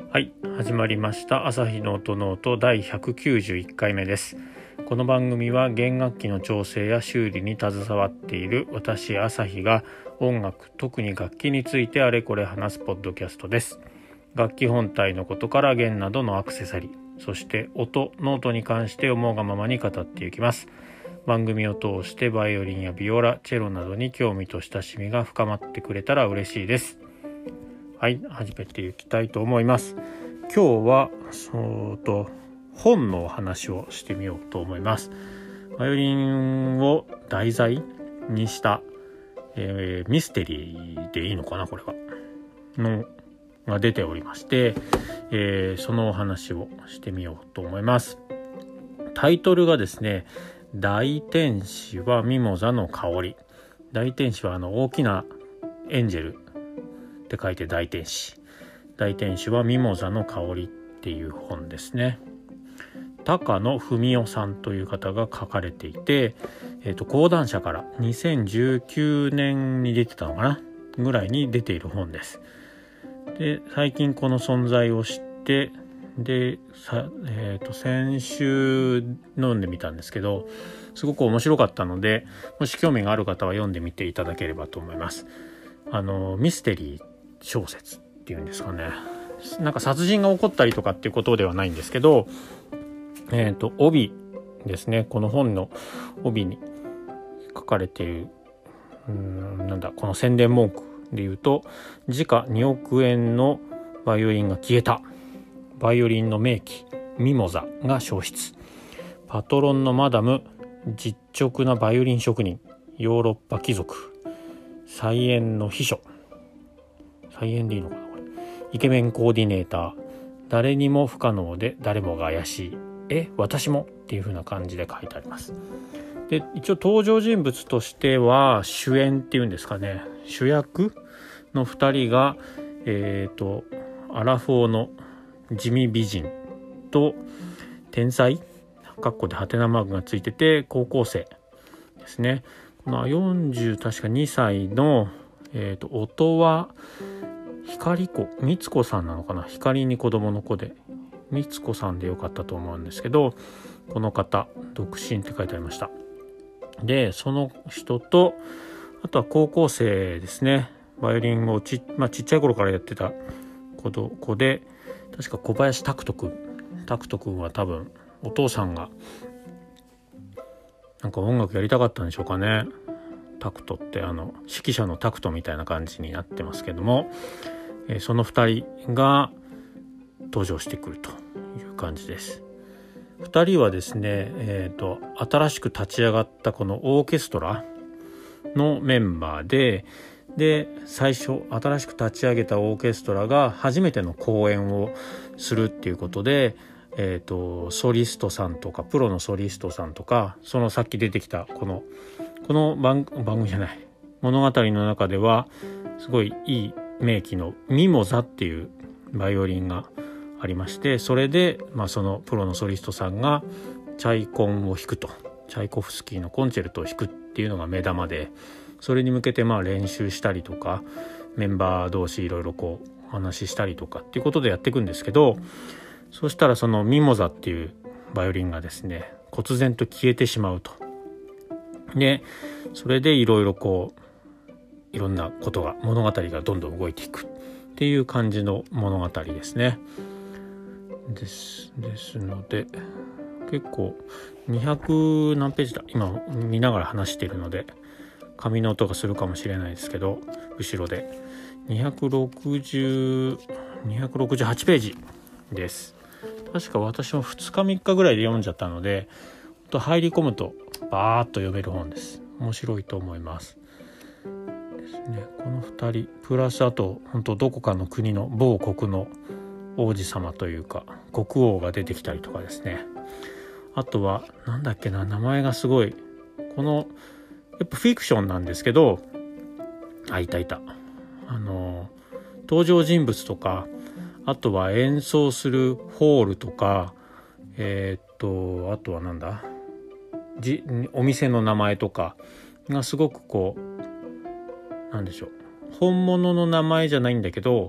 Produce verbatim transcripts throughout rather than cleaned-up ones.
はい、始まりました朝日ノートノート第ひゃくきゅうじゅういっかいめです。この番組は弦楽器の調整や修理に携わっている私朝日が音楽、特に楽器についてあれこれ話すポッドキャストです。楽器本体のことから弦などのアクセサリー、そして音、ノートに関して思うがままに語っていきます。番組を通してバイオリンやビオラ、チェロなどに興味と親しみが深まってくれたら嬉しいです。はい、始めていきたいと思います。今日はそうと本の話をしてみようと思います。バイオリンを題材にした、えー、ミステリーでいいのかな、これはのが出ておりまして、えー、そのお話をしてみようと思います。タイトルがですね、大天使はミモザの香り。大天使はあの大きなエンジェルって書いて大天使。大天使はミモザの香りっていう本ですね。高野文夫さんという方が書かれていて、えーと、講談社からにせんじゅうきゅうねんに出てたのかなぐらいに出ている本です。で、最近この存在を知って、で、さえーと、先週飲んでみたんですけど、すごく面白かったので、もし興味がある方は読んでみていただければと思います。あのミステリー小説っていうんですかね。なんか殺人が起こったりとかっていうことではないんですけど、えっと帯ですね。この本の帯に書かれているうーんなんだこの宣伝文句で言うと、時価におくえんのバイオリンが消えた。バイオリンの名器ミモザが消失。パトロンのマダム、実直なバイオリン職人、ヨーロッパ貴族、菜園の秘書、菜園でいいのかなこれ、イケメンコーディネーター、誰にも不可能で誰もが怪しい、え私もっていう風な感じで書いてあります。で、一応登場人物としては主演っていうんですかね、主役のふたりがえっとアラフォーの地味美人と天才かっこでハテナマークがついてて高校生ですね。このよんじゅう確かにさいの、えー、と音は光子みつこさんなのかな、光に子供の子でみつこさんでよかったと思うんですけど、この方独身って書いてありました。でその人と、あとは高校生ですね。バイオリンをち,、まあ、ちっちゃい頃からやってた 子, 子で、確か小林拓人くん拓人くんは多分お父さんがなんか音楽やりたかったんでしょうかね。タクトってあの指揮者のタクトみたいな感じになってますけども、えー、そのふたりが登場してくるという感じです。ふたりはですね、えーと、新しく立ち上がったこのオーケストラのメンバーで、で最初新しく立ち上げたオーケストラが初めての公演をするっていうことで、えーと、ソリストさんとかプロのソリストさんとか、そのさっき出てきたこのこの 番, 番組じゃない物語の中ではすごいいい名器のミモザっていうバイオリンがありまして、それで、まあ、そのプロのソリストさんがチャイコンを弾くと、チャイコフスキーのコンチェルトを弾くっていうのが目玉で、それに向けてまあ練習したりとか、メンバー同士いろいろこうお話ししたりとかっていうことでやっていくんですけど、そしたらそのミモザっていうバイオリンがですね、忽然と消えてしまうと。でそれでいろいろこういろんなことが物語がどんどん動いていくっていう感じの物語ですね。ですですので結構にひゃく何ページだ、今見ながら話しているので紙の音がするかもしれないですけど、後ろでにひゃくろくじゅう、にひゃくろくじゅうはちページです。確か私もふつかみっかぐらいで読んじゃったので、入り込むとバーッと読める本です。面白いと思いますですね。このふたりプラスあと本当どこかの国の某国の王子様というか国王が出てきたりとかですね。あとはなんだっけな、名前がすごい、このやっぱフィクションなんですけど、あいたいたあの登場人物とか、あとは演奏するホールとか、えー、っとあとはなんだじお店の名前とかがすごくこうなんでしょう、本物の名前じゃないんだけど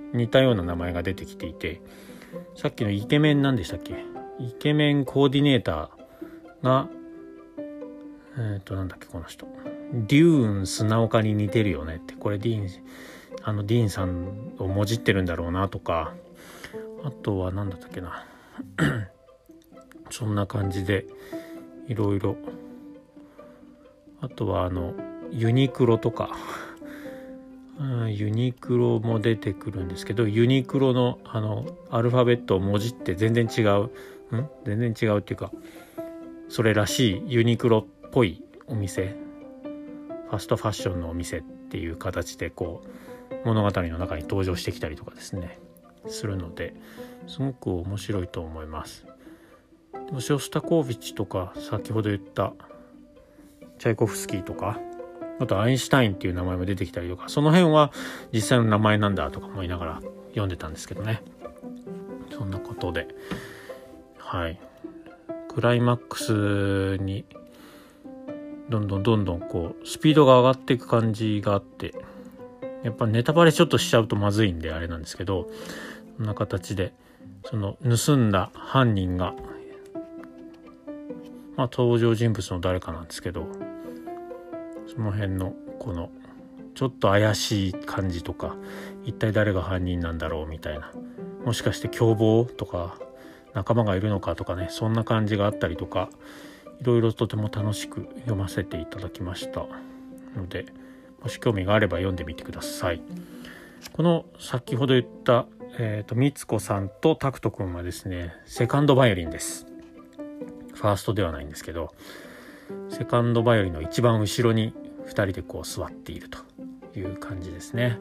似たような名前が出てきていて、さっきのイケメンなんでしたっけ、イケメンコーディネーターがえっとなんだっけこの人、デューン砂岡に似てるよねって、これディーンあのディーンさんをもじってるんだろうなとか、あとは何だったっけなそんな感じでいろいろ、あとはあのユニクロとかユニクロも出てくるんですけど、ユニクロのあのアルファベットをもじって全然違う、ん全然違うっていうか、それらしいユニクロっぽいお店、ファストファッションのお店っていう形でこう物語の中に登場してきたりとかですねするので、すごく面白いと思います。でもショスタコーヴィッチとか、先ほど言ったチャイコフスキーとか、あとアインシュタインっていう名前も出てきたりとか、その辺は実際の名前なんだとか思いながら読んでたんですけどね。そんなことで、はい、クライマックスにどんどんどんどんこうスピードが上がっていく感じがあって、やっぱネタバレちょっとしちゃうとまずいんであれなんですけど、こんな形でその盗んだ犯人が、まあ登場人物の誰かなんですけど、その辺のこのちょっと怪しい感じとか、一体誰が犯人なんだろうみたいな、もしかして共謀とか仲間がいるのかとかね、そんな感じがあったりとか、いろいろとても楽しく読ませていただきましたので、もし興味があれば読んでみてください。この先ほど言った、えーと、みつこさんとタクト君はですね、セカンドバイオリンです。ファーストではないんですけど、セカンドバイオリンの一番後ろにふたりでこう座っているという感じですね。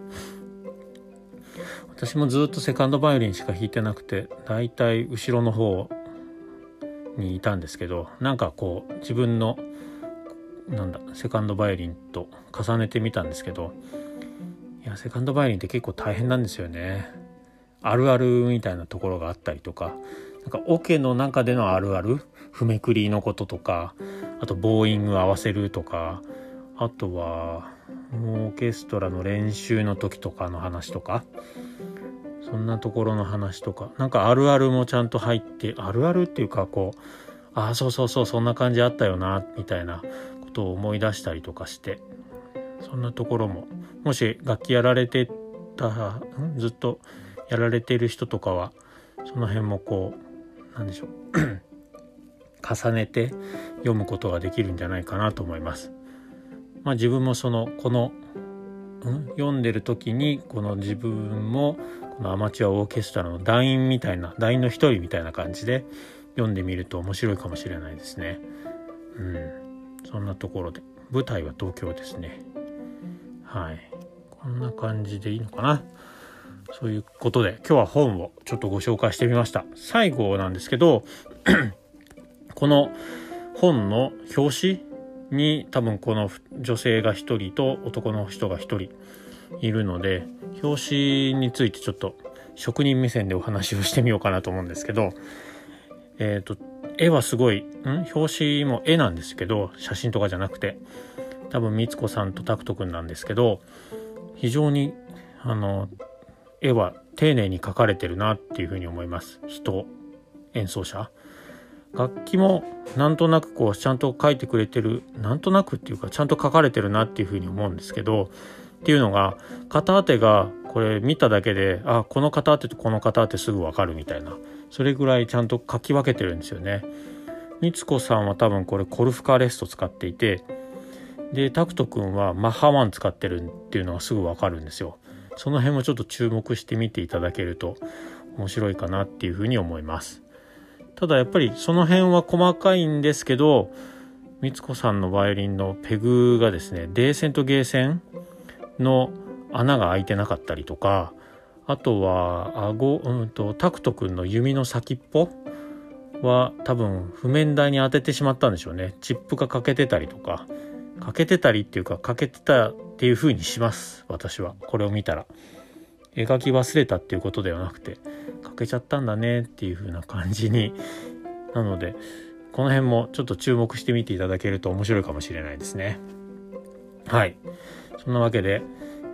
私もずっとセカンドバイオリンしか弾いてなくて、だいたい後ろの方にいたんですけど、なんかこう自分のなんだセカンドバイオリンと重ねてみたんですけど、いやセカンドバイオリンって結構大変なんですよね。あるあるみたいなところがあったりとか、なんかオケの中でのあるある、譜めくりのこととか、あとボーイング合わせるとか、あとはオーケストラの練習の時とかの話とか、そんなところの話とか、なんかあるあるもちゃんと入って、あるあるっていうかこう、ああそうそうそうそんな感じあったよなみたいなことを思い出したりとかして、そんなところも、もし楽器やられてたずっとやられている人とかは、その辺もこうなんでしょう重ねて読むことができるんじゃないかなと思います。まあ自分もそのこの、うん、読んでる時にこの自分もこのアマチュアオーケストラの団員みたいな団員の一人みたいな感じで読んでみると面白いかもしれないですね。うん、そんなところで、舞台は東京ですね。はい、こんな感じでいいのかな。そういうことで今日は本をちょっとご紹介してみました。最後なんですけどこの本の表紙に多分この女性が一人と男の人が一人いるので、表紙についてちょっと職人目線でお話をしてみようかなと思うんですけど、えっと絵はすごい、ん表紙も絵なんですけど、写真とかじゃなくて、多分みつこさんとタクトくんなんですけど、非常にあの絵は丁寧に描かれてるなっていうふうに思います。人、演奏者、楽器もなんとなくこうちゃんと描いてくれてる、なんとなくっていうかちゃんと描かれてるなっていうふうに思うんですけど、っていうのが片当てがこれ見ただけで、あこの片当てとこの片当てすぐ分かるみたいな、それぐらいちゃんと描き分けてるんですよね。みつこさんは多分これコルフカレスト使っていて、でタクト君はマッハワン使ってるっていうのがすぐ分かるんですよ。その辺もちょっと注目してみていただけると面白いかなっていうふうに思います。ただやっぱりその辺は細かいんですけど、みつこさんのバイオリンのペグがですね、デー線とゲー線の穴が開いてなかったりとか、あとは顎、うんとタクト君の弓の先っぽは多分譜面台に当ててしまったんでしょうね。チップが欠けてたりとか、欠けてたりっていうか欠けてたっていう風にします。私はこれを見たら描き忘れたっていうことではなくて、欠けちゃったんだねっていう風な感じに、なのでこの辺もちょっと注目してみていただけると面白いかもしれないですね。はい、そんなわけで、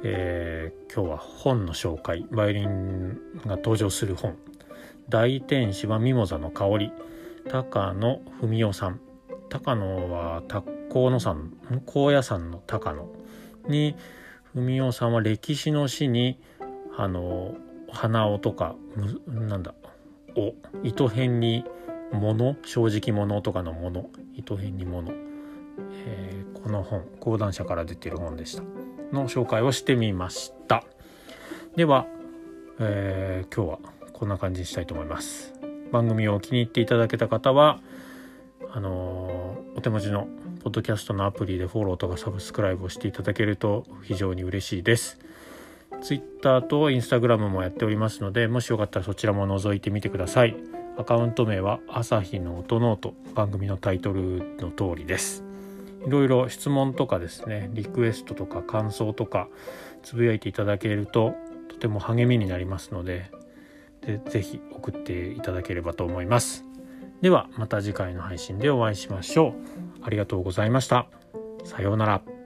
えー、今日は本の紹介、バイオリンが登場する本、大天使はミモザの香り、高野文夫さん。高野は高野山、高野山の高野に、文夫さんは歴史の詩にあの花尾とかなんだお糸辺に物、正直者とかの物、糸辺に物、えー、この本、講談社から出ている本でしたの紹介をしてみました。では、えー、今日はこんな感じにしたいと思います。番組を気に入っていただけた方はあのー、お手持ちのポッドキャストのアプリでフォローとかサブスクライブをしていただけると非常に嬉しいです。ツイッターとインスタグラムもやっておりますので、もしよかったらそちらも覗いてみてください。アカウント名は朝日の音ノート、番組のタイトルの通りです。いろいろ質問とかですね、リクエストとか感想とかつぶやいていただけるととても励みになりますので、でぜひ送っていただければと思います。ではまた次回の配信でお会いしましょう。ありがとうございました。さようなら。